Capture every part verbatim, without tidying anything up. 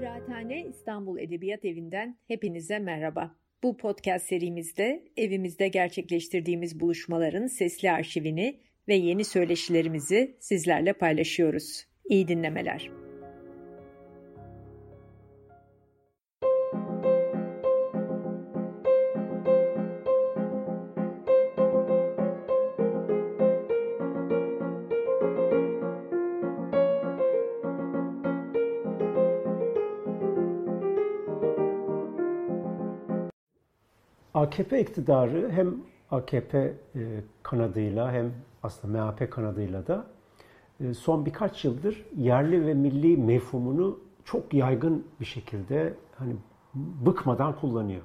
Kıraathane İstanbul Edebiyat Evi'nden hepinize merhaba. Bu podcast serimizde evimizde gerçekleştirdiğimiz buluşmaların sesli arşivini ve yeni söyleşilerimizi sizlerle paylaşıyoruz. İyi dinlemeler. A K P iktidarı hem A K P kanadıyla hem aslında M H P kanadıyla da son birkaç yıldır yerli ve milli mefhumunu çok yaygın bir şekilde hani bıkmadan kullanıyor.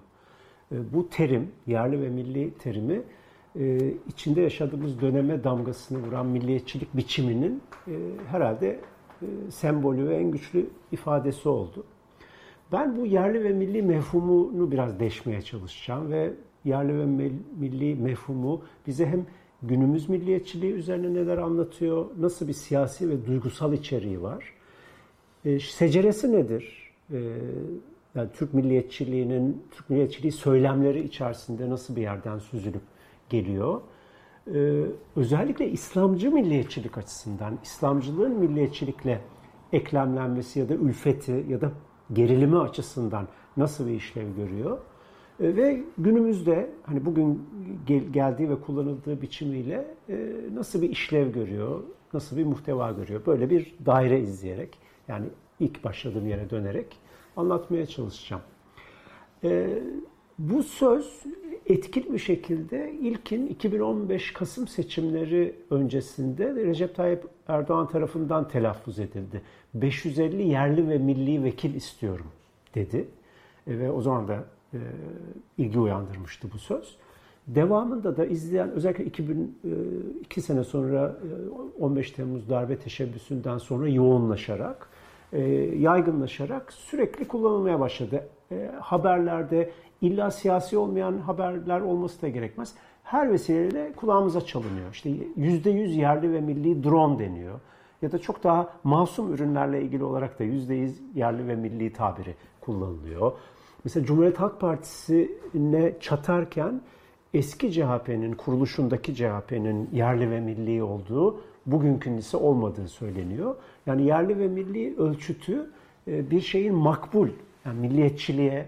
Bu terim, yerli ve milli terimi içinde yaşadığımız döneme damgasını vuran milliyetçilik biçiminin herhalde sembolü ve en güçlü ifadesi oldu. Ben bu yerli ve milli mefhumunu biraz deşmeye çalışacağım ve yerli ve milli mefhumu bize hem günümüz milliyetçiliği üzerine neler anlatıyor, nasıl bir siyasi ve duygusal içeriği var, e, seceresi nedir, e, yani Türk milliyetçiliğinin, Türk milliyetçiliği söylemleri içerisinde nasıl bir yerden süzülüp geliyor, e, özellikle İslamcı milliyetçilik açısından, İslamcılığın milliyetçilikle eklemlenmesi ya da ülfeti ya da gerilimi açısından nasıl bir işlev görüyor e, ve günümüzde hani bugün gel, geldiği ve kullanıldığı biçimiyle e, nasıl bir işlev görüyor, nasıl bir muhteva görüyor. Böyle bir daire izleyerek, yani ilk başladığım yere dönerek anlatmaya çalışacağım. E, bu söz etkili bir şekilde ilkin iki bin on beş Kasım seçimleri öncesinde Recep Tayyip Erdoğan tarafından telaffuz edildi. beş yüz elli yerli ve milli vekil istiyorum dedi. E, ve o zaman da e, ilgi uyandırmıştı bu söz. Devamında da izleyen, özellikle iki bin iki sene sonra on beş Temmuz darbe teşebbüsünden sonra yoğunlaşarak, e, yaygınlaşarak sürekli kullanılmaya başladı. E, haberlerde illa siyasi olmayan haberler olması da gerekmez. Her vesileyle kulağımıza çalınıyor. İşte yüzde yüz yerli ve milli drone deniyor. Ya da çok daha masum ürünlerle ilgili olarak da yüzde yüz yerli ve milli tabiri kullanılıyor. Mesela Cumhuriyet Halk Partisi'ne çatarken eski C H P'nin, kuruluşundaki C H P'nin yerli ve milli olduğu, bugünkünün ise olmadığı söyleniyor. Yani yerli ve milli ölçütü bir şeyin makbul, yani milliyetçiliğe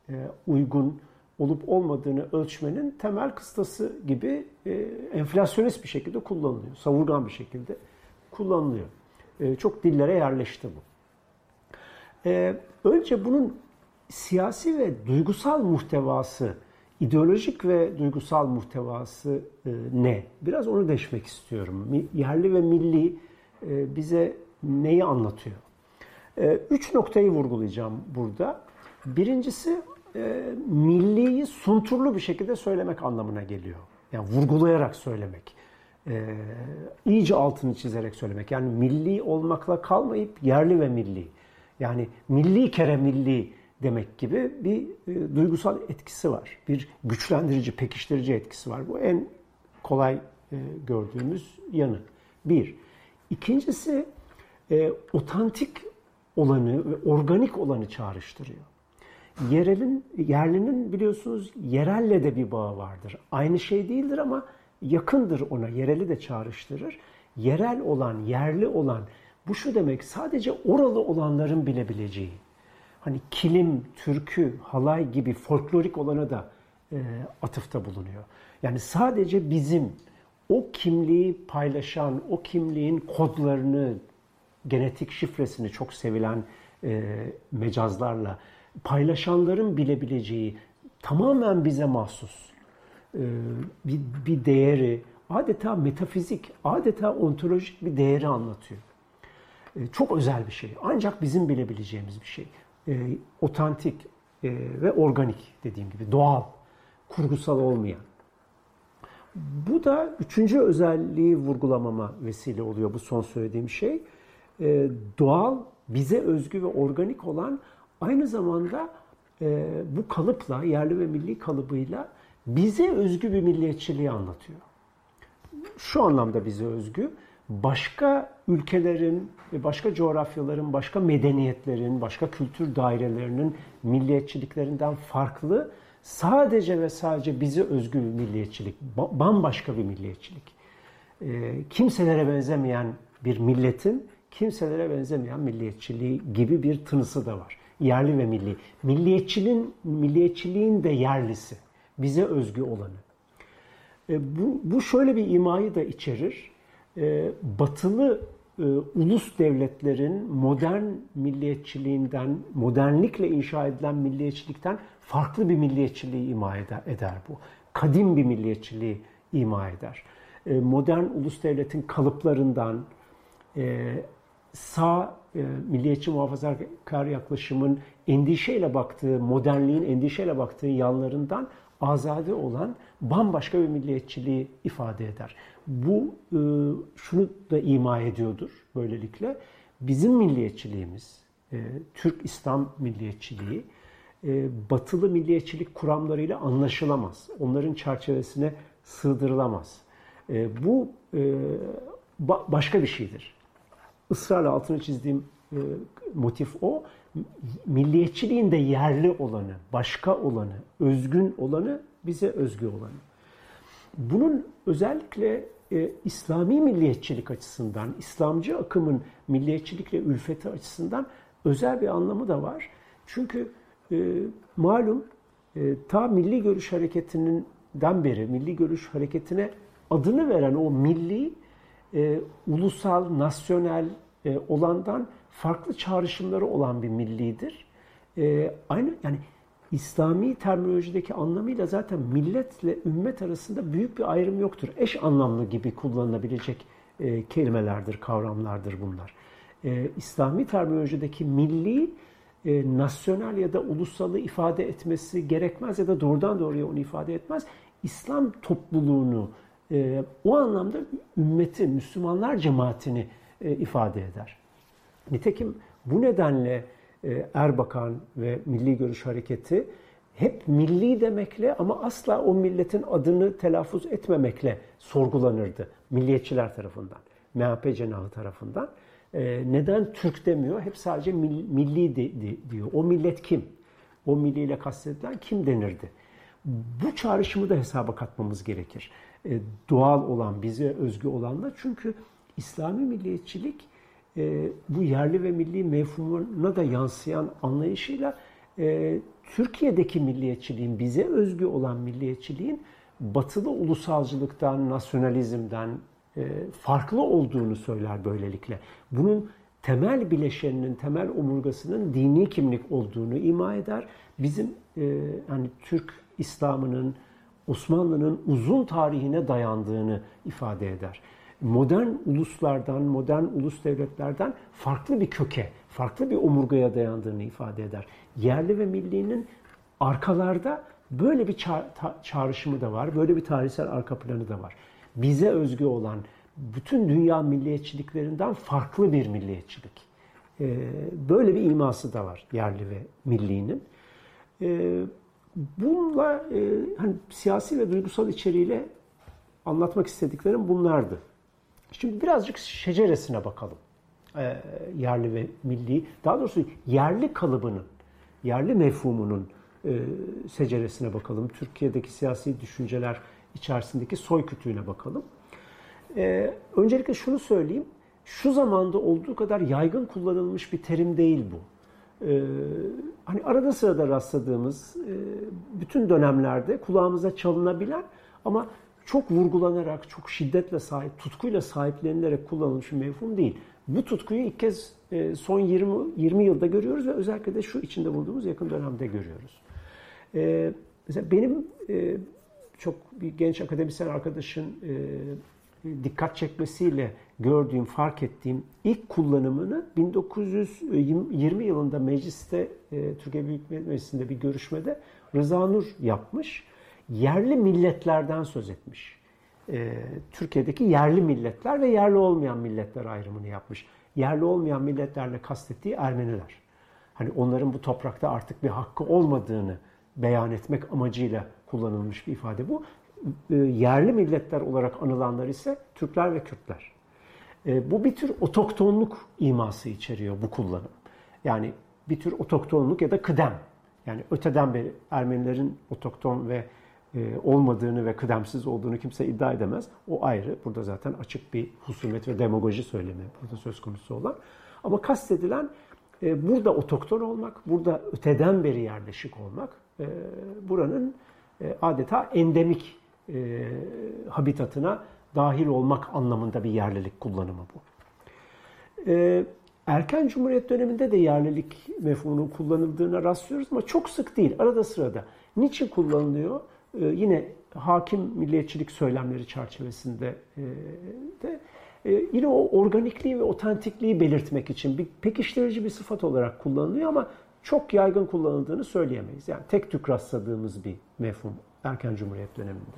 uygun olup olmadığını ölçmenin temel kıstası gibi enflasyonist bir şekilde kullanılıyor. Savurgan bir şekilde kullanılıyor. Çok dillere yerleşti bu. Önce bunun siyasi ve duygusal muhtevası, ideolojik ve duygusal muhtevası ne? Biraz onu deşmek istiyorum. Yerli ve milli bize neyi anlatıyor? Üç noktayı vurgulayacağım burada. Birincisi, milliyi sunturlu bir şekilde söylemek anlamına geliyor. Yani vurgulayarak söylemek. Ee, iyice altını çizerek söylemek. Yani milli olmakla kalmayıp yerli ve milli. Yani milli kere milli demek gibi bir e, duygusal etkisi var. Bir güçlendirici, pekiştirici etkisi var. Bu en kolay e, gördüğümüz yanı. Bir. İkincisi, e, otantik olanı ve organik olanı çağrıştırıyor. Yerelin, yerlinin biliyorsunuz yerelle de bir bağı vardır. Aynı şey değildir ama yakındır ona. Yereli de çağrıştırır. Yerel olan, yerli olan, bu şu demek, sadece oralı olanların bilebileceği. Hani kilim, türkü, halay gibi folklorik olana da e, atıfta bulunuyor. Yani sadece bizim o kimliği paylaşan, o kimliğin kodlarını, genetik şifresini çok sevilen e, mecazlarla paylaşanların bilebileceği, tamamen bize mahsus e, bir, bir değeri, adeta metafizik, adeta ontolojik bir değeri anlatıyor. E, çok özel bir şey. Ancak bizim bilebileceğimiz bir şey. E, otantik e, ve organik, dediğim gibi doğal, kurgusal olmayan. Bu da üçüncü özelliği vurgulamama vesile oluyor bu son söylediğim şey. E, doğal, bize özgü ve organik olan, aynı zamanda e, bu kalıpla, yerli ve milli kalıbıyla bize özgü bir milliyetçiliği anlatıyor. Şu anlamda bize özgü, başka ülkelerin, başka coğrafyaların, başka medeniyetlerin, başka kültür dairelerinin milliyetçiliklerinden farklı, sadece ve sadece bize özgü bir milliyetçilik, bambaşka bir milliyetçilik. Kimselere benzemeyen bir milletin, kimselere benzemeyen milliyetçiliği gibi bir tınısı da var. Yerli ve milli. Milliyetçiliğin, milliyetçiliğin de yerlisi, bize özgü olanı. Bu, bu şöyle bir imayı da içerir. Batılı e, ulus devletlerin modern milliyetçiliğinden, modernlikle inşa edilen milliyetçilikten farklı bir milliyetçiliği ima eder, eder bu. Kadim bir milliyetçiliği ima eder. E, modern ulus devletin kalıplarından, e, sağ e, milliyetçi muhafazakar yaklaşımın endişeyle baktığı, modernliğin endişeyle baktığı yanlarından azade olan bambaşka bir milliyetçiliği ifade eder. Bu e, şunu da ima ediyordur böylelikle. Bizim milliyetçiliğimiz, e, Türk-İslam milliyetçiliği, e, batılı milliyetçilik kuramlarıyla anlaşılamaz. Onların çerçevesine sığdırılamaz. E, bu e, ba- başka bir şeydir. Israrla altını çizdiğim e, motif o. Milliyetçiliğin de yerli olanı, başka olanı, özgün olanı, bize özgü olanı. Bunun özellikle e, İslami milliyetçilik açısından, İslamcı akımın milliyetçilikle ülfeti açısından özel bir anlamı da var. Çünkü e, malum e, ta Milli Görüş Hareketi'nden beri, Milli Görüş Hareketi'ne adını veren o milli, e, ulusal, nasyonel e, olandan farklı çağrışımları olan bir millidir. E, aynı yani İslami terminolojideki anlamıyla zaten milletle ümmet arasında büyük bir ayrım yoktur. Eş anlamlı gibi kullanılabilecek e, kelimelerdir, kavramlardır bunlar. E, İslami terminolojideki milli, e, nasyonel ya da ulusalı ifade etmesi gerekmez ya da doğrudan doğruya onu ifade etmez. İslam topluluğunu, e, o anlamda ümmeti, Müslümanlar cemaatini e, ifade eder. Nitekim bu nedenle Erbakan ve Milli Görüş Hareketi hep milli demekle ama asla o milletin adını telaffuz etmemekle sorgulanırdı milliyetçiler tarafından, M H P cenahı tarafından. Neden Türk demiyor? Hep sadece milli diyor. O millet kim? O milliyle kastedilen kim denirdi? Bu çağrışımı da hesaba katmamız gerekir. Doğal olan, bize özgü olanla. Çünkü İslami milliyetçilik E, bu yerli ve milli mefhumuna da yansıyan anlayışıyla e, Türkiye'deki milliyetçiliğin, bize özgü olan milliyetçiliğin batılı ulusalcılıktan, nasyonalizmden e, farklı olduğunu söyler böylelikle. Bunun temel bileşeninin, temel omurgasının dini kimlik olduğunu ima eder. Bizim e, yani Türk İslam'ının, Osmanlı'nın uzun tarihine dayandığını ifade eder. Modern uluslardan, modern ulus devletlerden farklı bir köke, farklı bir omurgaya dayandığını ifade eder. Yerli ve millinin arkalarda böyle bir çağrışımı da var, böyle bir tarihsel arka planı da var. Bize özgü olan bütün dünya milliyetçiliklerinden farklı bir milliyetçilik. Böyle bir iması da var yerli ve millinin. Bununla hani siyasi ve duygusal içeriğiyle anlatmak istediklerim bunlardı. Şimdi birazcık şeceresine bakalım. E, yerli ve milli, daha doğrusu yerli kalıbının, yerli mefhumunun e, seceresine bakalım. Türkiye'deki siyasi düşünceler içerisindeki soy kütüğüne bakalım. E, öncelikle şunu söyleyeyim. Şu zamanda olduğu kadar yaygın kullanılmış bir terim değil bu. E, hani arada sırada rastladığımız, e, bütün dönemlerde kulağımıza çalınabilen ama çok vurgulanarak, çok şiddetle sahip, tutkuyla sahiplenilerek kullanılmış bir mefhum değil. Bu tutkuyu ilk kez son yirmi, yirmi yılda görüyoruz ve özellikle de şu içinde bulunduğumuz yakın dönemde görüyoruz. Ee, mesela benim e, çok bir genç akademisyen arkadaşın e, dikkat çekmesiyle gördüğüm, fark ettiğim ilk kullanımını bin dokuz yüz yirmi yılında mecliste, e, Türkiye Büyük Millet Meclisi'nde bir görüşmede Rıza Nur yapmış. Yerli milletlerden söz etmiş. Ee, Türkiye'deki yerli milletler ve yerli olmayan milletler ayrımını yapmış. Yerli olmayan milletlerle kastettiği Ermeniler. Hani onların bu toprakta artık bir hakkı olmadığını beyan etmek amacıyla kullanılmış bir ifade bu. Ee, yerli milletler olarak anılanlar ise Türkler ve Kürtler. E, bu bir tür otoktonluk iması içeriyor bu kullanım. Yani bir tür otoktonluk ya da kıdem. Yani öteden beri Ermenilerin otokton ve e, olmadığını ve kıdemsiz olduğunu kimse iddia edemez. O ayrı. Burada zaten açık bir husumet ve demagoji söylemi burada söz konusu olan. Ama kastedilen e, burada otokton olmak, burada öteden beri yerleşik olmak, e, buranın e, adeta endemik e, habitatına dahil olmak anlamında bir yerlilik kullanımı bu. E, erken Cumhuriyet döneminde de yerlilik mefhumunun kullanıldığına rastlıyoruz ama çok sık değil, arada sırada. Niçin kullanılıyor? E, yine hakim milliyetçilik söylemleri çerçevesinde e, de e, yine o organikliği ve otantikliği belirtmek için bir pekiştirici bir sıfat olarak kullanılıyor ama çok yaygın kullanıldığını söyleyemeyiz. Yani tek tük rastladığımız bir mefhum erken Cumhuriyet döneminde.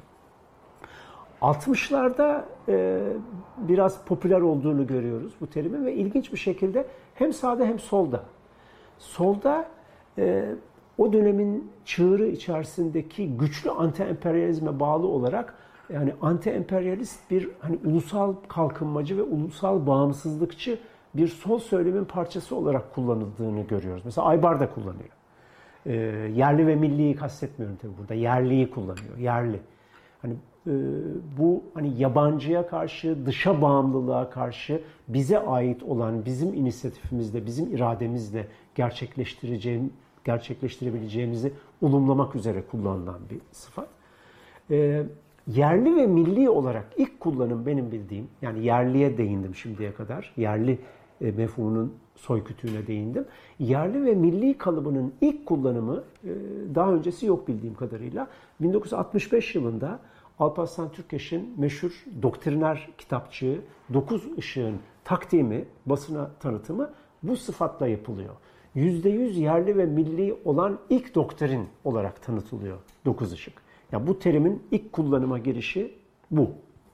altmışlarda e, biraz popüler olduğunu görüyoruz bu terimin ve ilginç bir şekilde hem sağda hem solda. Solda e, o dönemin çığırı içerisindeki güçlü anti-emperyalizme bağlı olarak yani anti-emperyalist bir hani ulusal kalkınmacı ve ulusal bağımsızlıkçı bir sol söylemin parçası olarak kullanıldığını görüyoruz. Mesela Aybar da kullanıyor. E, yerli ve milliyi kastetmiyorum tabii burada. Yerliyi kullanıyor. Yerli. Hani e, bu hani yabancıya karşı, dışa bağımlılığa karşı bize ait olan bizim inisiyatifimizle, bizim irademizle gerçekleştireceğim, gerçekleştirebileceğimizi ulumlamak üzere kullanılan bir sıfat. E, yerli ve milli olarak ilk kullanım benim bildiğim, yani yerliye değindim şimdiye kadar, yerli e, mefhumunun soykütüğüne değindim. Yerli ve milli kalıbının ilk kullanımı e, daha öncesi yok bildiğim kadarıyla. bin dokuz yüz altmış beş yılında Alparslan Türkeş'in meşhur doktriner kitapçığı Dokuz Işık'ın takdimi, basına tanıtımı bu sıfatla yapılıyor. yüzde yüz yerli ve milli olan ilk doktrin olarak tanıtılıyor Dokuz Işık. Yani bu terimin ilk kullanıma girişi bu.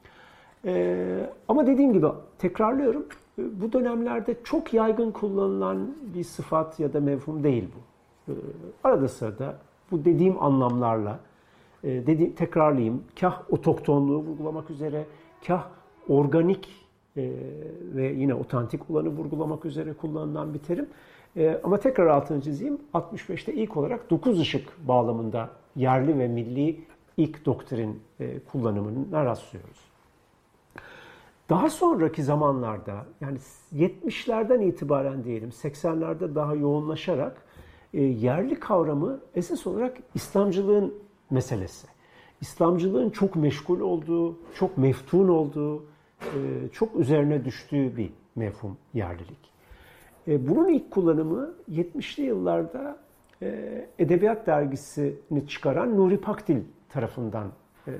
Ee, ama dediğim gibi tekrarlıyorum, bu dönemlerde çok yaygın kullanılan bir sıfat ya da mefhum değil bu. Ee, arada sırada bu dediğim anlamlarla, e, dedi, tekrarlayayım, kah otoktonluğu vurgulamak üzere, kah organik e, ve yine otantik olanı vurgulamak üzere kullanılan bir terim. E, ama tekrar altını çizeyim, altmış beşte ilk olarak Dokuz Işık bağlamında yerli ve milli ilk doktrin e, kullanımına rastlıyoruz. Daha sonraki zamanlarda, yani yetmişlerden itibaren diyelim, seksenlerde daha yoğunlaşarak e, yerli kavramı esas olarak İslamcılığın meselesi. İslamcılığın çok meşgul olduğu, çok meftun olduğu, e, çok üzerine düştüğü bir mefhum yerlilik. E, bunun ilk kullanımı yetmişli yıllarda e, Edebiyat Dergisi'ni çıkaran Nuri Pakdil tarafından e,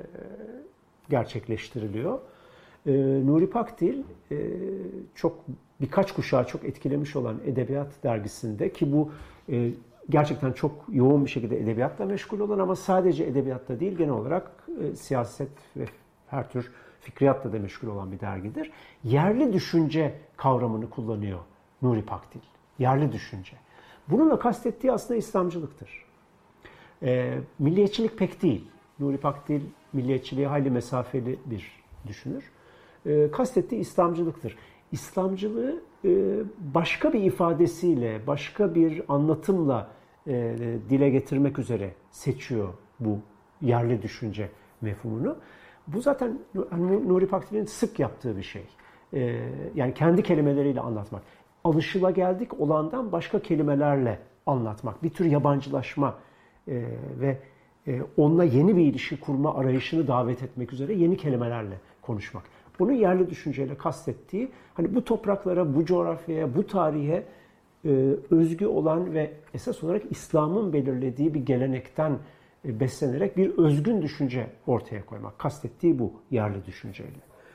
gerçekleştiriliyor. E, Nuri Pakdil e, çok birkaç kuşağı çok etkilemiş olan Edebiyat Dergisi'nde, ki bu e, gerçekten çok yoğun bir şekilde edebiyatla meşgul olan ama sadece edebiyatta değil, genel olarak e, siyaset ve her tür fikriyatla da meşgul olan bir dergidir. Yerli düşünce kavramını kullanıyor Nuri Pakdil. Yerli düşünce. Bununla kastettiği aslında İslamcılıktır. E, milliyetçilik pek değil. Nuri Pakdil milliyetçiliğe hayli mesafeli bir düşünür. E, kastettiği İslamcılıktır. İslamcılığı e, başka bir ifadesiyle, başka bir anlatımla e, dile getirmek üzere seçiyor bu yerli düşünce mefhumunu. Bu zaten Nuri Pakdil'in sık yaptığı bir şey. E, yani kendi kelimeleriyle anlatmak. Alışılageldik olandan başka kelimelerle anlatmak. Bir tür yabancılaşma e, ve e, onunla yeni bir ilişki kurma arayışını davet etmek üzere yeni kelimelerle konuşmak. Bunu yerli düşünceyle kastettiği, hani bu topraklara, bu coğrafyaya, bu tarihe e, özgü olan ve esas olarak İslam'ın belirlediği bir gelenekten e, beslenerek bir özgün düşünce ortaya koymak. Kastettiği bu yerli düşünceyle.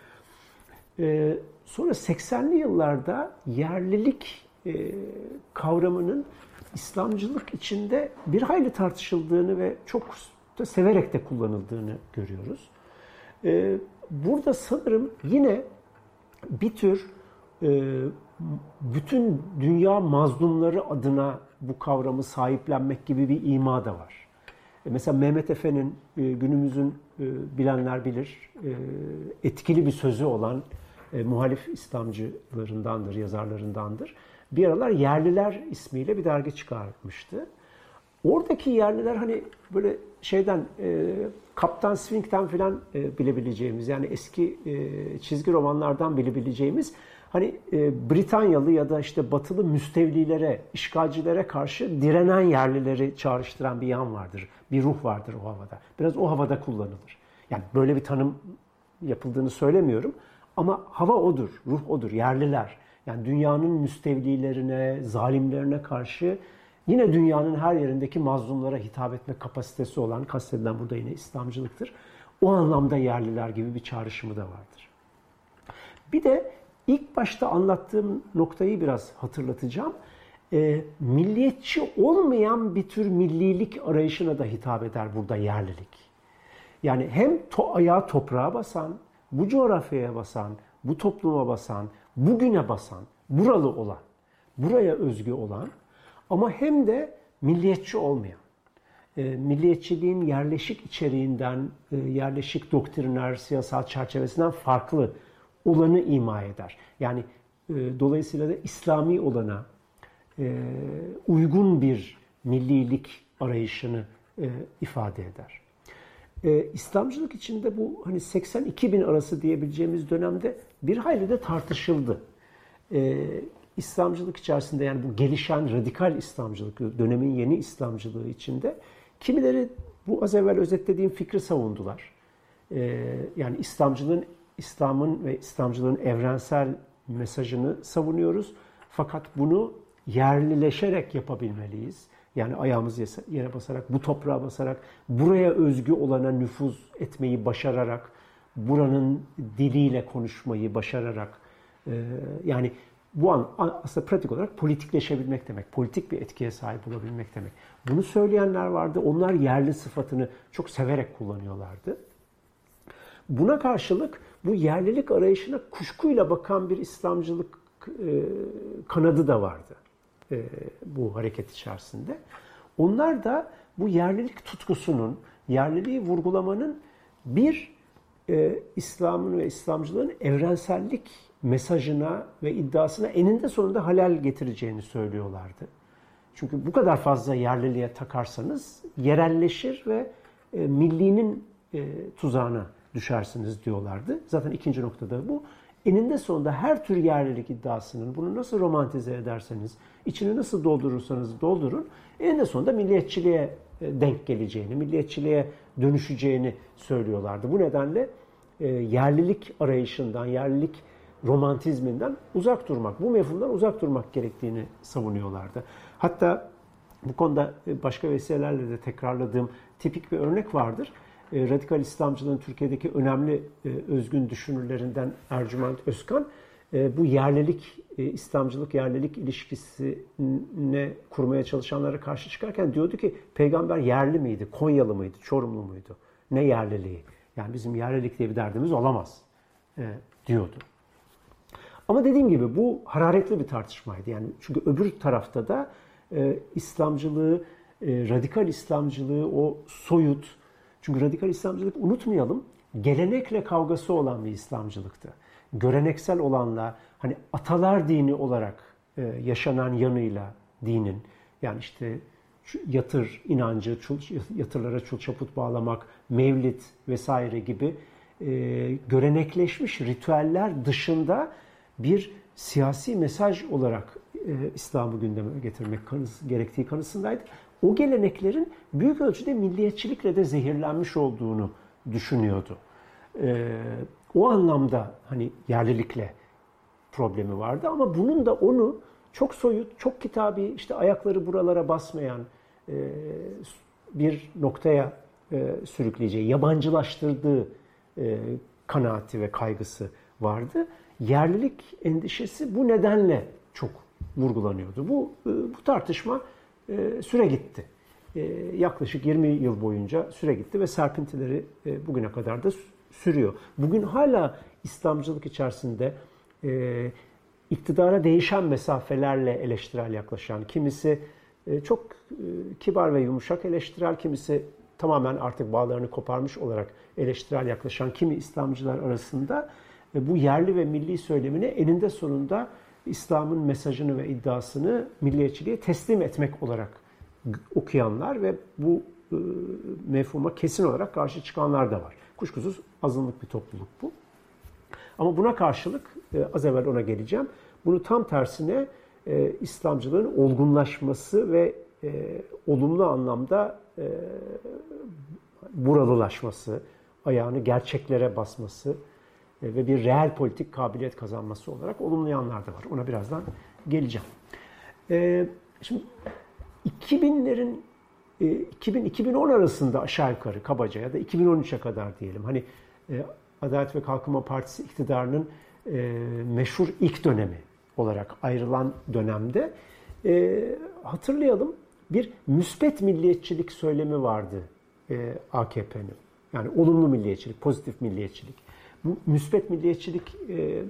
E, sonra seksenli yıllarda yerlilik e, kavramının İslamcılık içinde bir hayli tartışıldığını ve çok da severek de kullanıldığını görüyoruz. E, burada sanırım yine bir tür e, bütün dünya mazlumları adına bu kavramı sahiplenmek gibi bir ima da var. E, mesela Mehmet Efe'nin e, günümüzün e, bilenler bilir e, etkili bir sözü olan e, muhalif İslamcılarındandır, yazarlarındandır. Bir aralar Yerliler ismiyle bir dergi çıkarmıştı. Oradaki yerliler hani böyle şeyden, e, Kaptan Swing'den filan e, bilebileceğimiz, yani eski e, çizgi romanlardan bilebileceğimiz hani e, Britanyalı ya da işte Batılı müstevlilere, işgalcilere karşı direnen yerlileri çağrıştıran bir yan vardır. Bir ruh vardır o havada. Biraz o havada kullanılır. Yani böyle bir tanım yapıldığını söylemiyorum ama hava odur, ruh odur, yerliler. Yani dünyanın müstevlilerine, zalimlerine karşı yine dünyanın her yerindeki mazlumlara hitap etme kapasitesi olan, kastedilen burada yine İslamcılıktır. O anlamda yerliler gibi bir çağrışımı da vardır. Bir de ilk başta anlattığım noktayı biraz hatırlatacağım. E, milliyetçi olmayan bir tür millilik arayışına da hitap eder burada yerlilik. Yani hem to ayağı toprağa basan, bu coğrafyaya basan, bu topluma basan, bugüne basan, buralı olan, buraya özgü olan ama hem de milliyetçi olmayan, e, milliyetçiliğin yerleşik içeriğinden, e, yerleşik doktriner, siyasal çerçevesinden farklı olanı ima eder. Yani e, dolayısıyla da İslami olana e, uygun bir millilik arayışını e, ifade eder. E, İslamcılık içinde bu hani seksen iki bin arası diyebileceğimiz dönemde bir hayli de tartışıldı. E, İslamcılık içerisinde, yani bu gelişen radikal İslamcılık, dönemin yeni İslamcılığı içinde kimileri bu az evvel özetlediğim fikri savundular. Ee, yani İslamcılığın, İslam'ın ve İslamcılığın evrensel mesajını savunuyoruz. Fakat bunu yerlileşerek yapabilmeliyiz. Yani ayağımızı yere basarak, bu toprağa basarak, buraya özgü olana nüfuz etmeyi başararak, buranın diliyle konuşmayı başararak, e, yani bu an aslında pratik olarak politikleşebilmek demek, politik bir etkiye sahip olabilmek demek. Bunu söyleyenler vardı, onlar yerli sıfatını çok severek kullanıyorlardı. Buna karşılık bu yerlilik arayışına kuşkuyla bakan bir İslamcılık e, kanadı da vardı e, bu hareket içerisinde. Onlar da bu yerlilik tutkusunun, yerliliği vurgulamanın bir e, İslam'ın ve İslamcılığın evrensellik mesajına ve iddiasına eninde sonunda halal getireceğini söylüyorlardı. Çünkü bu kadar fazla yerliliğe takarsanız yerelleşir ve e, millinin e, tuzağına düşersiniz diyorlardı. Zaten ikinci noktada bu. Eninde sonunda her tür yerlilik iddiasının, bunu nasıl romantize ederseniz, içini nasıl doldurursanız doldurun, eninde sonunda milliyetçiliğe e, denk geleceğini, milliyetçiliğe dönüşeceğini söylüyorlardı. Bu nedenle e, yerlilik arayışından, yerlilik romantizminden uzak durmak, bu mefhumdan uzak durmak gerektiğini savunuyorlardı. Hatta bu konuda başka vesilelerle de tekrarladığım tipik bir örnek vardır. Radikal İslamcılığın Türkiye'deki önemli özgün düşünürlerinden Ercüment Özkan, bu yerlilik, İslamcılık yerlilik ilişkisine kurmaya çalışanlara karşı çıkarken diyordu ki peygamber yerli miydi, Konyalı mıydı, Çorumlu muydu? Ne yerliliği? Yani bizim yerlilik diye bir derdimiz olamaz diyordu. Ama dediğim gibi bu hararetli bir tartışmaydı. Yani çünkü öbür tarafta da e, İslamcılığı, e, radikal İslamcılığı, o soyut, çünkü radikal İslamcılık unutmayalım, gelenekle kavgası olan bir İslamcılıktı. Göreneksel olanla, hani atalar dini olarak e, yaşanan yanıyla dinin, yani işte yatır inancı, çul, yatırlara çulçaput bağlamak, mevlid vesaire gibi e, görenekleşmiş ritüeller dışında bir siyasi mesaj olarak e, İslam'ı gündeme getirmek kanısı, gerektiği kanısındaydı. O geleneklerin büyük ölçüde milliyetçilikle de zehirlenmiş olduğunu düşünüyordu. E, o anlamda hani yerlilikle problemi vardı ama bunun da onu çok soyut, çok kitabi, işte ayakları buralara basmayan e, bir noktaya e, sürükleyeceği, yabancılaştırdığı e, kanaati ve kaygısı vardı. Yerlilik endişesi bu nedenle çok vurgulanıyordu. Bu bu tartışma e, süre gitti. E, yaklaşık yirmi yıl boyunca süre gitti ve serpintileri e, bugüne kadar da sürüyor. Bugün hala İslamcılık içerisinde e, iktidara değişen mesafelerle eleştirel yaklaşan, kimisi e, çok e, kibar ve yumuşak eleştirel, kimisi tamamen artık bağlarını koparmış olarak eleştirel yaklaşan kimi İslamcılar arasında ve bu yerli ve milli söylemini eninde sonunda İslam'ın mesajını ve iddiasını milliyetçiliğe teslim etmek olarak okuyanlar ve bu e, mefhuma kesin olarak karşı çıkanlar da var. Kuşkusuz azınlık bir topluluk bu. Ama buna karşılık, e, az evvel ona geleceğim, bunu tam tersine e, İslamcılığın olgunlaşması ve e, olumlu anlamda e, buralılaşması, ayağını gerçeklere basması e, ve bir reel politik kabiliyet kazanması olarak olumlayanlar da var. Ona birazdan geleceğim. E, şimdi iki binlerin iki bin iki bin on arasında aşağı yukarı kabaca ya da iki bin on üçe kadar diyelim. Hani e, Adalet ve Kalkınma Partisi iktidarının e, meşhur ilk dönemi olarak ayrılan dönemde e, hatırlayalım, bir müspet milliyetçilik söylemi vardı e, A K P'nin. Yani olumlu milliyetçilik, pozitif milliyetçilik. Bu müspet milliyetçilik e, e,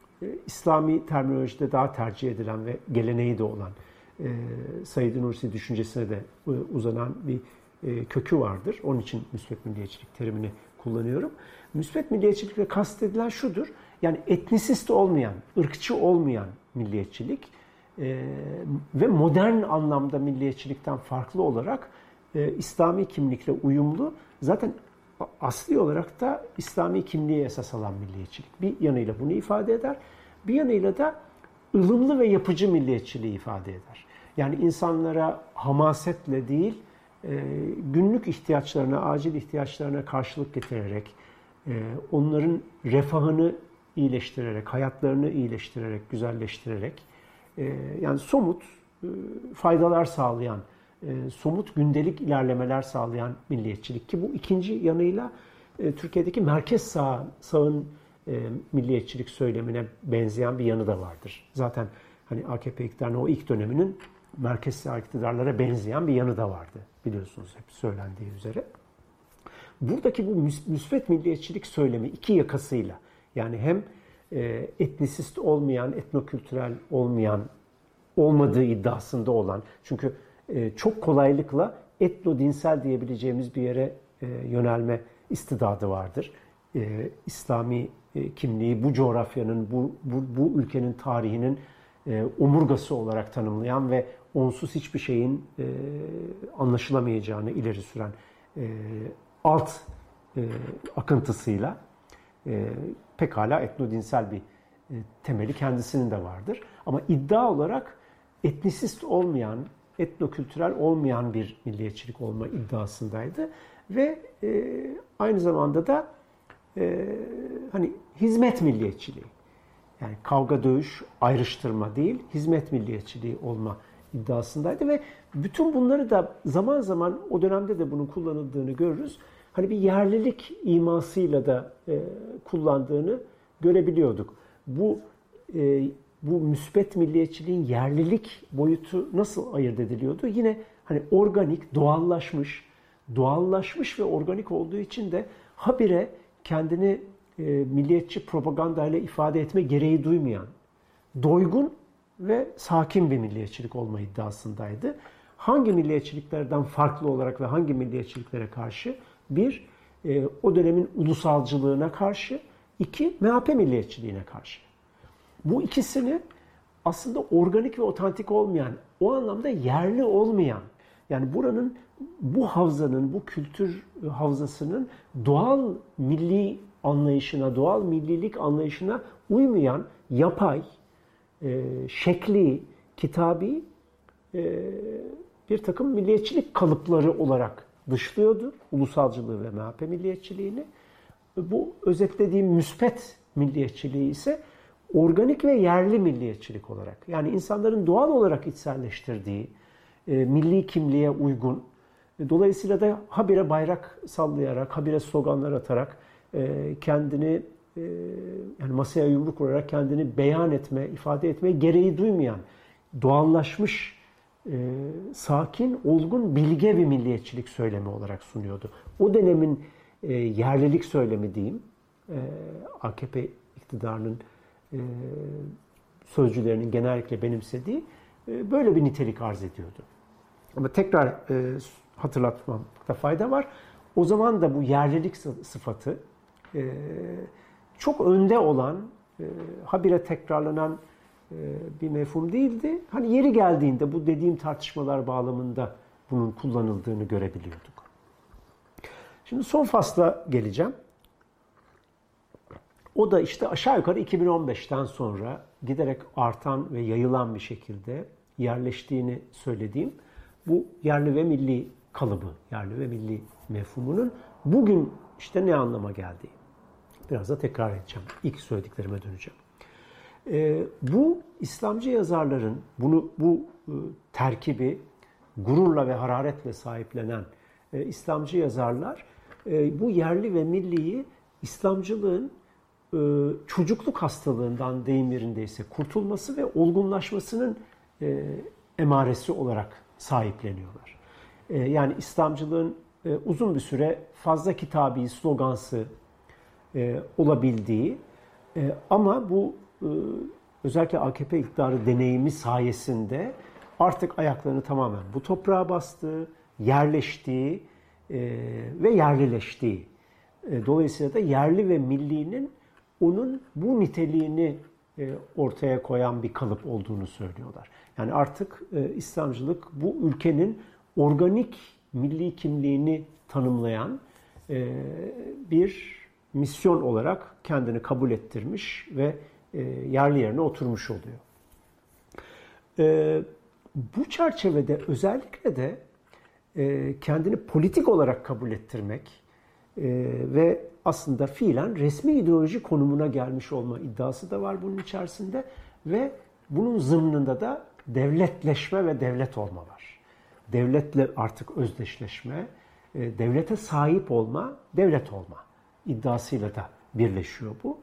İslami terminolojide daha tercih edilen ve geleneği de olan e, Said Nursi düşüncesine de e, uzanan bir e, kökü vardır. Onun için müspet milliyetçilik terimini kullanıyorum. Müspet milliyetçilikle kastedilen şudur. Yani etnisist olmayan, ırkçı olmayan milliyetçilik e, ve modern anlamda milliyetçilikten farklı olarak e, İslami kimlikle uyumlu, zaten asli olarak da İslami kimliğe esas alan milliyetçilik. Bir yanıyla bunu ifade eder, bir yanıyla da ılımlı ve yapıcı milliyetçiliği ifade eder. Yani insanlara hamasetle değil, günlük ihtiyaçlarına, acil ihtiyaçlarına karşılık getirerek, onların refahını iyileştirerek, hayatlarını iyileştirerek, güzelleştirerek, yani somut faydalar sağlayan, somut gündelik ilerlemeler sağlayan milliyetçilik, ki bu ikinci yanıyla Türkiye'deki merkez sağ, sağın milliyetçilik söylemine benzeyen bir yanı da vardır. Zaten hani A K P iktidarının o ilk döneminin merkez sağ iktidarlara benzeyen bir yanı da vardı. Biliyorsunuz, hep söylendiği üzere. Buradaki bu müsbet milliyetçilik söylemi iki yakasıyla, yani hem etnisist olmayan, etnokültürel olmayan, olmadığı iddiasında olan, çünkü çok kolaylıkla etnodinsel diyebileceğimiz bir yere yönelme istidadı vardır. İslami kimliği bu coğrafyanın, bu, bu, bu ülkenin tarihinin omurgası olarak tanımlayan ve onsuz hiçbir şeyin anlaşılamayacağını ileri süren alt akıntısıyla pekala etnodinsel bir temeli kendisinin de vardır. Ama iddia olarak etnisist olmayan, etnokültürel olmayan bir milliyetçilik olma iddiasındaydı. Ve aynı zamanda da hani hizmet milliyetçiliği, yani kavga dövüş, ayrıştırma değil, hizmet milliyetçiliği olma iddiasındaydı ve bütün bunları da zaman zaman o dönemde de bunun kullanıldığını görürüz. Hani bir yerlilik imasıyla da e, kullandığını görebiliyorduk. Bu e, bu müspet milliyetçiliğin yerlilik boyutu nasıl ayırt ediliyordu? Yine hani organik, doğallaşmış, doğallaşmış ve organik olduğu için de habire kendini e, milliyetçi propagandayla ifade etme gereği duymayan, doygun ve sakin bir milliyetçilik olma iddiasındaydı. Hangi milliyetçiliklerden farklı olarak ve hangi milliyetçiliklere karşı? Bir, e, o dönemin ulusalcılığına karşı. İki, M H P milliyetçiliğine karşı. Bu ikisini aslında organik ve otantik olmayan, o anlamda yerli olmayan, yani buranın, bu havzanın, bu kültür havzasının doğal milli anlayışına, doğal millilik anlayışına uymayan yapay, e, şekli, kitabi e, bir takım milliyetçilik kalıpları olarak dışlıyordu ulusalcılığı ve M H P milliyetçiliğini. Bu özetlediğim müspet milliyetçiliği ise organik ve yerli milliyetçilik olarak, yani insanların doğal olarak içselleştirdiği, e, milli kimliğe uygun, e, dolayısıyla da habire bayrak sallayarak, habire sloganlar atarak e, kendini e, yani masaya yumruk vurarak kendini beyan etme, ifade etme gereği duymayan, doğallaşmış, e, sakin, olgun, bilge bir milliyetçilik söylemi olarak sunuyordu. O dönemin e, yerlilik söylemi diyeyim, e, A K P iktidarının e, sözcülerinin genellikle benimsediği e, böyle bir nitelik arz ediyordu. Ama tekrar e, hatırlatmakta fayda var. O zaman da bu yerlilik sıfatı e, çok önde olan, e, habire tekrarlanan e, bir mefhum değildi. Hani yeri geldiğinde bu dediğim tartışmalar bağlamında bunun kullanıldığını görebiliyorduk. Şimdi son fasla geleceğim. O da işte aşağı yukarı iki bin on beşten sonra giderek artan ve yayılan bir şekilde yerleştiğini söylediğim bu yerli ve milli kalıbı, yerli ve milli mefhumunun bugün işte ne anlama geldiği. Biraz da tekrar edeceğim. İlk söylediklerime döneceğim. Ee, bu İslamcı yazarların bunu bu e, terkibi gururla ve hararetle sahiplenen e, İslamcı yazarlar e, bu yerli ve milliyi İslamcılığın e, çocukluk hastalığından deyim yerindeyse kurtulması ve olgunlaşmasının e, emaresi olarak sahipleniyorlar. E, yani İslamcılığın e, uzun bir süre fazla kitabi, slogansı e, olabildiği e, ama bu e, özellikle A K P iktidarı deneyimi sayesinde artık ayaklarını tamamen bu toprağa bastığı, yerleştiği e, ve yerlileştiği. E, dolayısıyla da yerli ve millinin onun bu niteliğini e, ortaya koyan bir kalıp olduğunu söylüyorlar. Yani artık e, İslamcılık bu ülkenin organik milli kimliğini tanımlayan e, bir misyon olarak kendini kabul ettirmiş ve e, yerli yerine oturmuş oluyor. E, bu çerçevede özellikle de e, kendini politik olarak kabul ettirmek e, ve aslında fiilen resmi ideoloji konumuna gelmiş olma iddiası da var bunun içerisinde ve bunun zımnında da devletleşme ve devlet olma var. Devletle artık özdeşleşme, e, devlete sahip olma, devlet olma iddiasıyla da birleşiyor bu.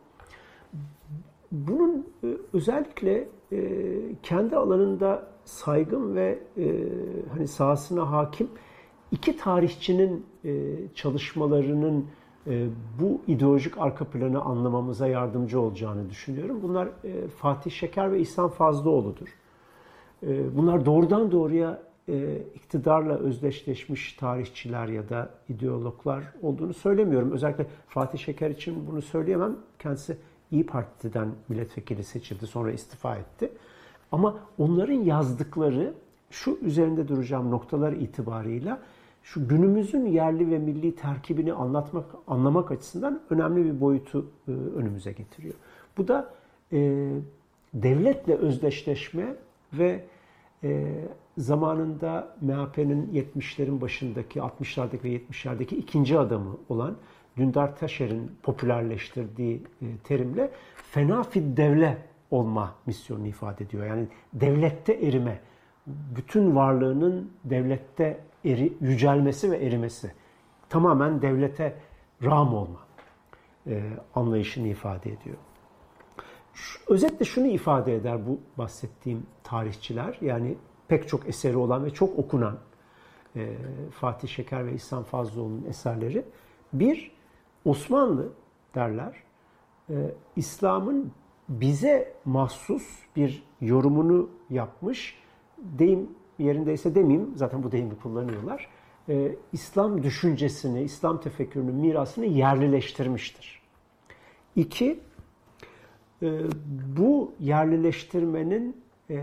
Bunun e, özellikle e, kendi alanında saygın ve e, hani sahasına hakim iki tarihçinin e, çalışmalarının e, bu ideolojik arka planı anlamamıza yardımcı olacağını düşünüyorum. Bunlar e, Fatih Şeker ve İhsan Fazlıoğlu'dur. E, bunlar doğrudan doğruya e, iktidarla özdeşleşmiş tarihçiler ya da ideologlar olduğunu söylemiyorum. Özellikle Fatih Şeker için bunu söyleyemem. Kendisi İYİ Parti'den milletvekili seçildi, sonra istifa etti. Ama onların yazdıkları, şu üzerinde duracağım noktalar itibarıyla, şu günümüzün yerli ve milli terkibini anlatmak, anlamak açısından önemli bir boyutu e, önümüze getiriyor. Bu da e, devletle özdeşleşme ve e, zamanında M H P'nin yetmişlerin başındaki, altmışlardaki ve yetmişlerdeki ikinci adamı olan Dündar Taşer'in popülerleştirdiği e, terimle fena fid devle olma misyonunu ifade ediyor. Yani devlette erime, bütün varlığının devlette eri, yücelmesi ve erimesi, tamamen devlete rağm olma e, anlayışını ifade ediyor. Şu, özetle şunu ifade eder bu bahsettiğim tarihçiler, yani pek çok eseri olan ve çok okunan e, Fatih Şeker ve İhsan Fazlıoğlu'nun eserleri. Bir, Osmanlı derler, e, İslam'ın bize mahsus bir yorumunu yapmış, deyim yerindeyse demeyeyim, zaten bu deyimi kullanıyorlar, e, İslam düşüncesini, İslam tefekkürünün mirasını yerlileştirmiştir. İki, e, bu yerlileştirmenin e,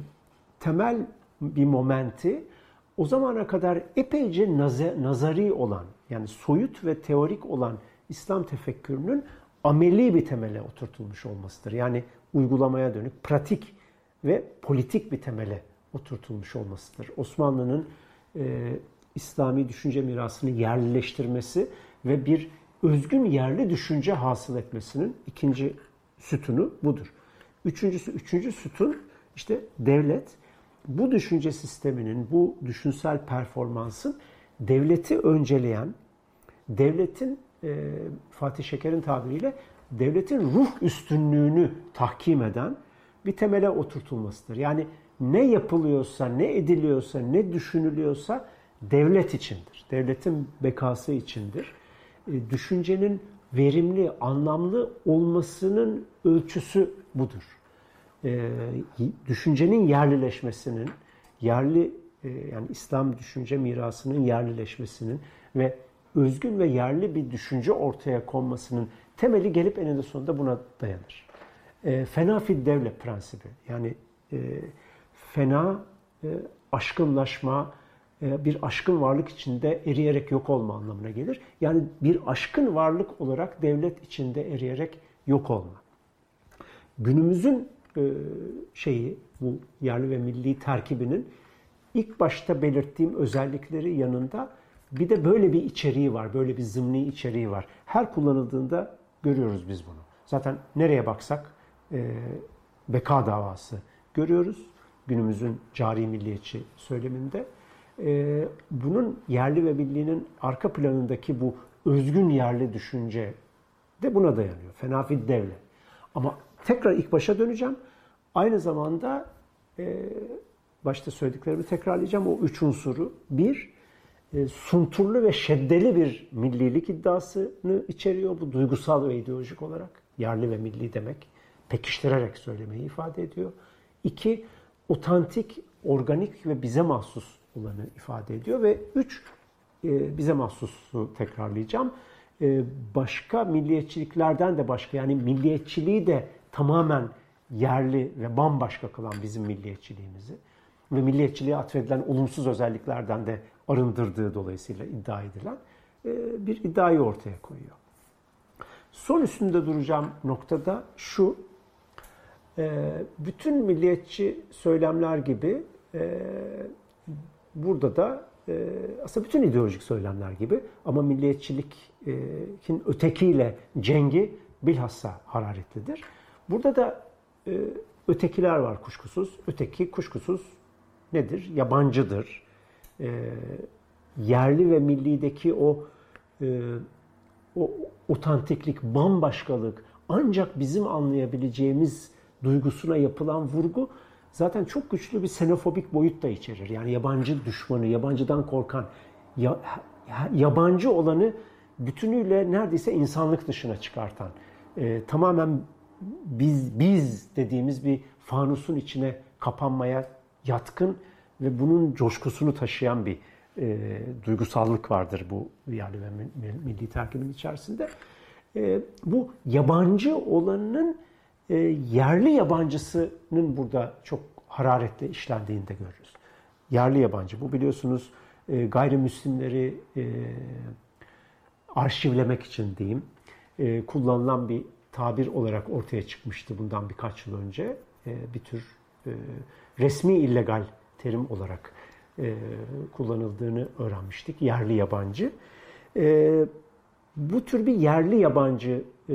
temel bir momenti o zamana kadar epeyce nazari olan, yani soyut ve teorik olan İslam tefekkürünün ameli bir temele oturtulmuş olmasıdır. Yani uygulamaya dönük, pratik ve politik bir temele oturtulmuş olmasıdır. Osmanlı'nın e, İslami düşünce mirasını yerlileştirmesi ve bir özgün yerli düşünce hasıl etmesinin ikinci sütunu budur. Üçüncüsü, üçüncü sütun işte devlet. Bu düşünce sisteminin, bu düşünsel performansın devleti önceleyen, devletin e, Fatih Şeker'in tabiriyle devletin ruh üstünlüğünü tahkim eden bir temele oturtulmasıdır. Yani ne yapılıyorsa, ne ediliyorsa, ne düşünülüyorsa devlet içindir. Devletin bekası içindir. E, düşüncenin verimli, anlamlı olmasının ölçüsü budur. E, düşüncenin yerlileşmesinin, yerli e, yani İslam düşünce mirasının yerlileşmesinin ve özgün ve yerli bir düşünce ortaya konmasının temeli gelip eninde sonunda buna dayanır. E, fena fid devlet prensibi. Yani e, fena e, aşkınlaşma, e, bir aşkın varlık içinde eriyerek yok olma anlamına gelir. Yani bir aşkın varlık olarak devlet içinde eriyerek yok olma. Günümüzün e, şeyi, bu yerli ve milli terkibinin ilk başta belirttiğim özellikleri yanında bir de böyle bir içeriği var, böyle bir zımni içeriği var. Her kullanıldığında görüyoruz biz bunu. Zaten nereye baksak e, beka davası görüyoruz günümüzün cari milliyetçi söyleminde. E, bunun yerli ve millinin arka planındaki bu özgün yerli düşünce de buna dayanıyor. Fena fid devlet. Ama tekrar ilk başa döneceğim. Aynı zamanda e, başta söylediklerimi tekrarlayacağım. O üç unsuru. Bir, e, sunturlu ve şeddeli bir millilik iddiasını içeriyor. Bu duygusal ve ideolojik olarak. Yerli ve milli demek. Pekiştirerek söylemeyi ifade ediyor. İki, otantik, organik ve bize mahsus olanı ifade ediyor. Ve üç, e, bize mahsusu tekrarlayacağım. E, başka milliyetçiliklerden de başka, yani milliyetçiliği de tamamen yerli ve bambaşka kılan bizim milliyetçiliğimizi ve milliyetçiliğe atfedilen olumsuz özelliklerden de arındırdığı dolayısıyla iddia edilen bir iddiayı ortaya koyuyor. Son üstünde duracağım noktada şu, bütün milliyetçi söylemler gibi burada da aslında bütün ideolojik söylemler gibi ama milliyetçilikin ötekiyle cengi bilhassa hararetlidir. Burada da e, ötekiler var kuşkusuz. Öteki kuşkusuz nedir? Yabancıdır. E, yerli ve millideki o e, o otantiklik, bambaşkalık, ancak bizim anlayabileceğimiz duygusuna yapılan vurgu zaten çok güçlü bir xenofobik boyut da içerir. Yani yabancı düşmanı, yabancıdan korkan, ya, yabancı olanı bütünüyle neredeyse insanlık dışına çıkartan, e, tamamen biz biz dediğimiz bir fanusun içine kapanmaya yatkın ve bunun coşkusunu taşıyan bir e, duygusallık vardır bu yerli ve milli terkibin içerisinde. E, bu yabancı olanın e, yerli yabancısının burada çok hararetle işlendiğini de görürüz. Yerli yabancı. Bu biliyorsunuz e, gayrimüslimleri e, arşivlemek için diyeyim e, kullanılan bir tabir olarak ortaya çıkmıştı bundan birkaç yıl önce. E, bir tür e, resmi illegal terim olarak e, kullanıldığını öğrenmiştik. Yerli yabancı. E, bu tür bir yerli yabancı e,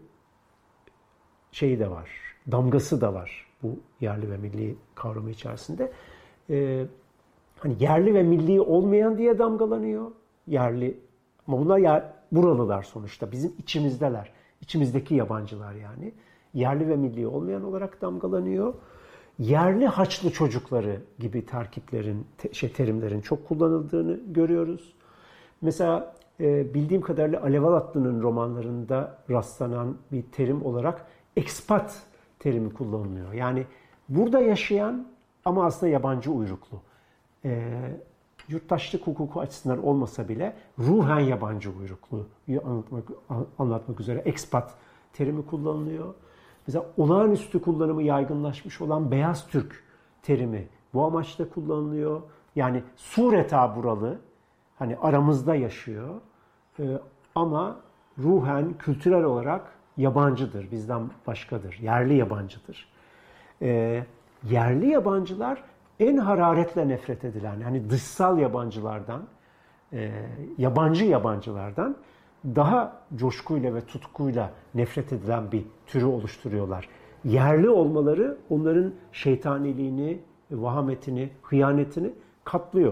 şeyi de var. Damgası da var bu yerli ve milli kavramı içerisinde. E, hani yerli ve milli olmayan diye damgalanıyor. Yerli ama bunlar ya, buralılar sonuçta. Bizim içimizdeler. İçimizdeki yabancılar yani. Yerli ve milli olmayan olarak damgalanıyor. Yerli Haçlı çocukları gibi terkiplerin, te, şey, terimlerin çok kullanıldığını görüyoruz. Mesela e, bildiğim kadarıyla Alev Alatlı'nın romanlarında rastlanan bir terim olarak expat terimi kullanılıyor. Yani burada yaşayan ama aslında yabancı uyruklu. E, yurttaşlık hukuku açısından olmasa bile ruhen yabancı uyrukluyu anlatmak, anlatmak üzere expat terimi kullanılıyor. Mesela olağanüstü kullanımı yaygınlaşmış olan beyaz Türk terimi bu amaçla kullanılıyor. Yani sureta buralı, hani aramızda yaşıyor ama ruhen, kültürel olarak yabancıdır, bizden başkadır, yerli yabancıdır. Yerli yabancılar en hararetle nefret edilen, yani dışsal yabancılardan, yabancı yabancılardan daha coşkuyla ve tutkuyla nefret edilen bir türü oluşturuyorlar. Yerli olmaları onların şeytaniliğini, vahametini, hıyanetini katlıyor.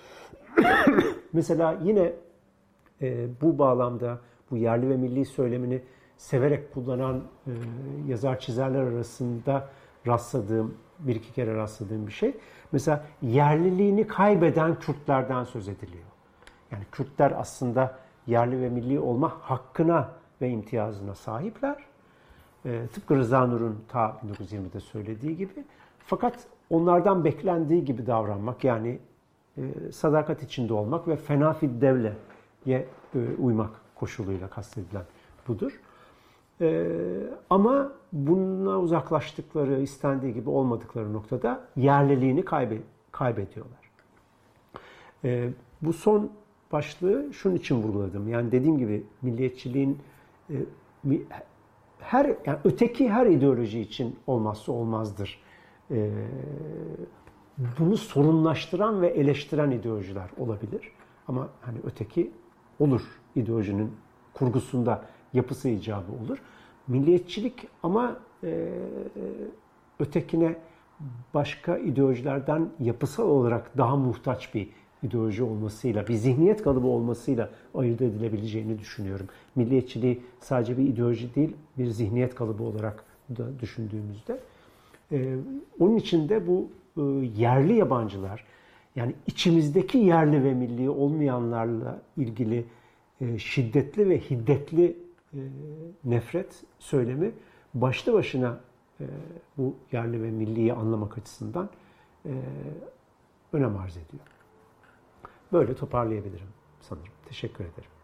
Mesela yine e, bu bağlamda bu yerli ve milli söylemini severek kullanan e, yazar çizerler arasında rastladığım, bir iki kere rastladığım bir şey. Mesela yerliliğini kaybeden Kürtlerden söz ediliyor. Yani Kürtler aslında yerli ve milli olma hakkına ve imtiyazına sahipler. E, tıpkı Rıza Nur'un ta bin dokuz yüz yirmide söylediği gibi. Fakat onlardan beklendiği gibi davranmak, yani e, sadakat içinde olmak ve fena fid devleye e, uymak koşuluyla kastedilen budur. Ee, ama bununla uzaklaştıkları, istendiği gibi olmadıkları noktada yerliliğini kaybe kaybediyorlar. Ee, bu son başlığı şunun için vurguladım. Yani dediğim gibi milliyetçiliğin e, her yani öteki her ideoloji için olmazsa olmazdır. Ee, bunu sorunlaştıran ve eleştiren ideolojiler olabilir. Ama hani öteki olur. İdeolojinin kurgusunda yapısı icabı olur. Milliyetçilik ama e, ötekine başka ideolojilerden yapısal olarak daha muhtaç bir ideoloji olmasıyla, bir zihniyet kalıbı olmasıyla ayırt edilebileceğini düşünüyorum. Milliyetçiliği sadece bir ideoloji değil, bir zihniyet kalıbı olarak da düşündüğümüzde. Ee, onun için de bu e, yerli yabancılar, yani içimizdeki yerli ve milli olmayanlarla ilgili e, şiddetli ve hiddetli e, nefret söylemi başlı başına e, bu yerli ve milliyi anlamak açısından e, önem arz ediyor. Böyle toparlayabilirim sanırım. Teşekkür ederim.